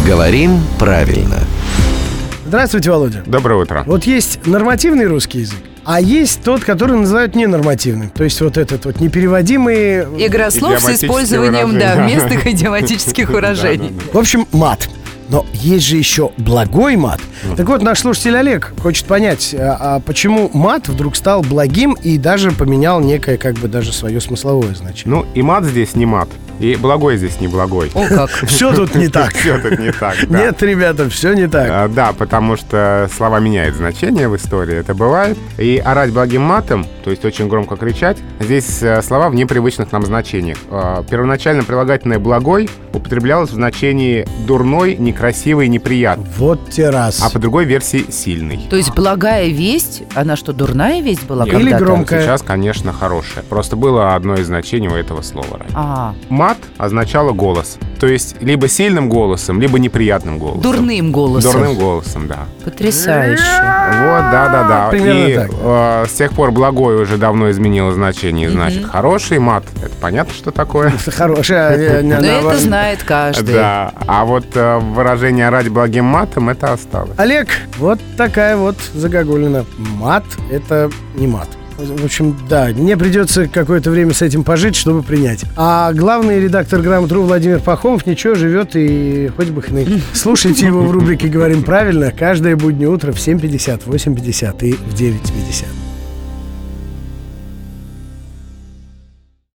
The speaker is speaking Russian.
Говорим правильно. Здравствуйте, Володя. Доброе утро. Вот есть нормативный русский язык, а есть тот, который называют ненормативным. То есть вот этот вот непереводимый... Игра слов с использованием местных идиоматических выражений. В общем, мат. Но есть же еще благой мат. Так вот, наш слушатель Олег хочет понять, почему мат вдруг стал благим и даже поменял некое, как бы, даже свое смысловое значение. Ну, и мат здесь не мат, и благой здесь не благой. О, как. Все тут не так. Все тут не так, да. Нет, ребята, все не так. Да, потому что слова меняют значение в истории, это бывает. И орать благим матом, то есть очень громко кричать, здесь слова в непривычных нам значениях. Первоначально прилагательное «благой» употреблялось в значении «дурной», «некрасивый», «неприятный». Вот те раз. А по другой версии «сильный». То есть благая весть, она что, дурная весть была Или когда-то? громкая. Сейчас, конечно, хорошая. Просто было одно из значений у этого слова ранее. А, Мат означало голос. То есть либо сильным голосом, либо неприятным голосом. дурным голосом. Дурным голосом, да. Потрясающе. Вот, да. Примерно И так. с тех пор благой уже давно изменило значение, значит хороший. Мат, это понятно, что такое. Хорошая. Но это знает каждый. Да, а вот выражение «орать благим матом» это осталось. Олег, вот такая вот загогулина. Мат — это не мат. В общем, да, мне придется какое-то время с этим пожить, чтобы принять. А главный редактор «Грамотру» Владимир Пахомов ничего, живет и хоть бы хны. Слушайте его в рубрике «Говорим правильно» каждое буднее утро в 7:50, 8:50 и в 9:50.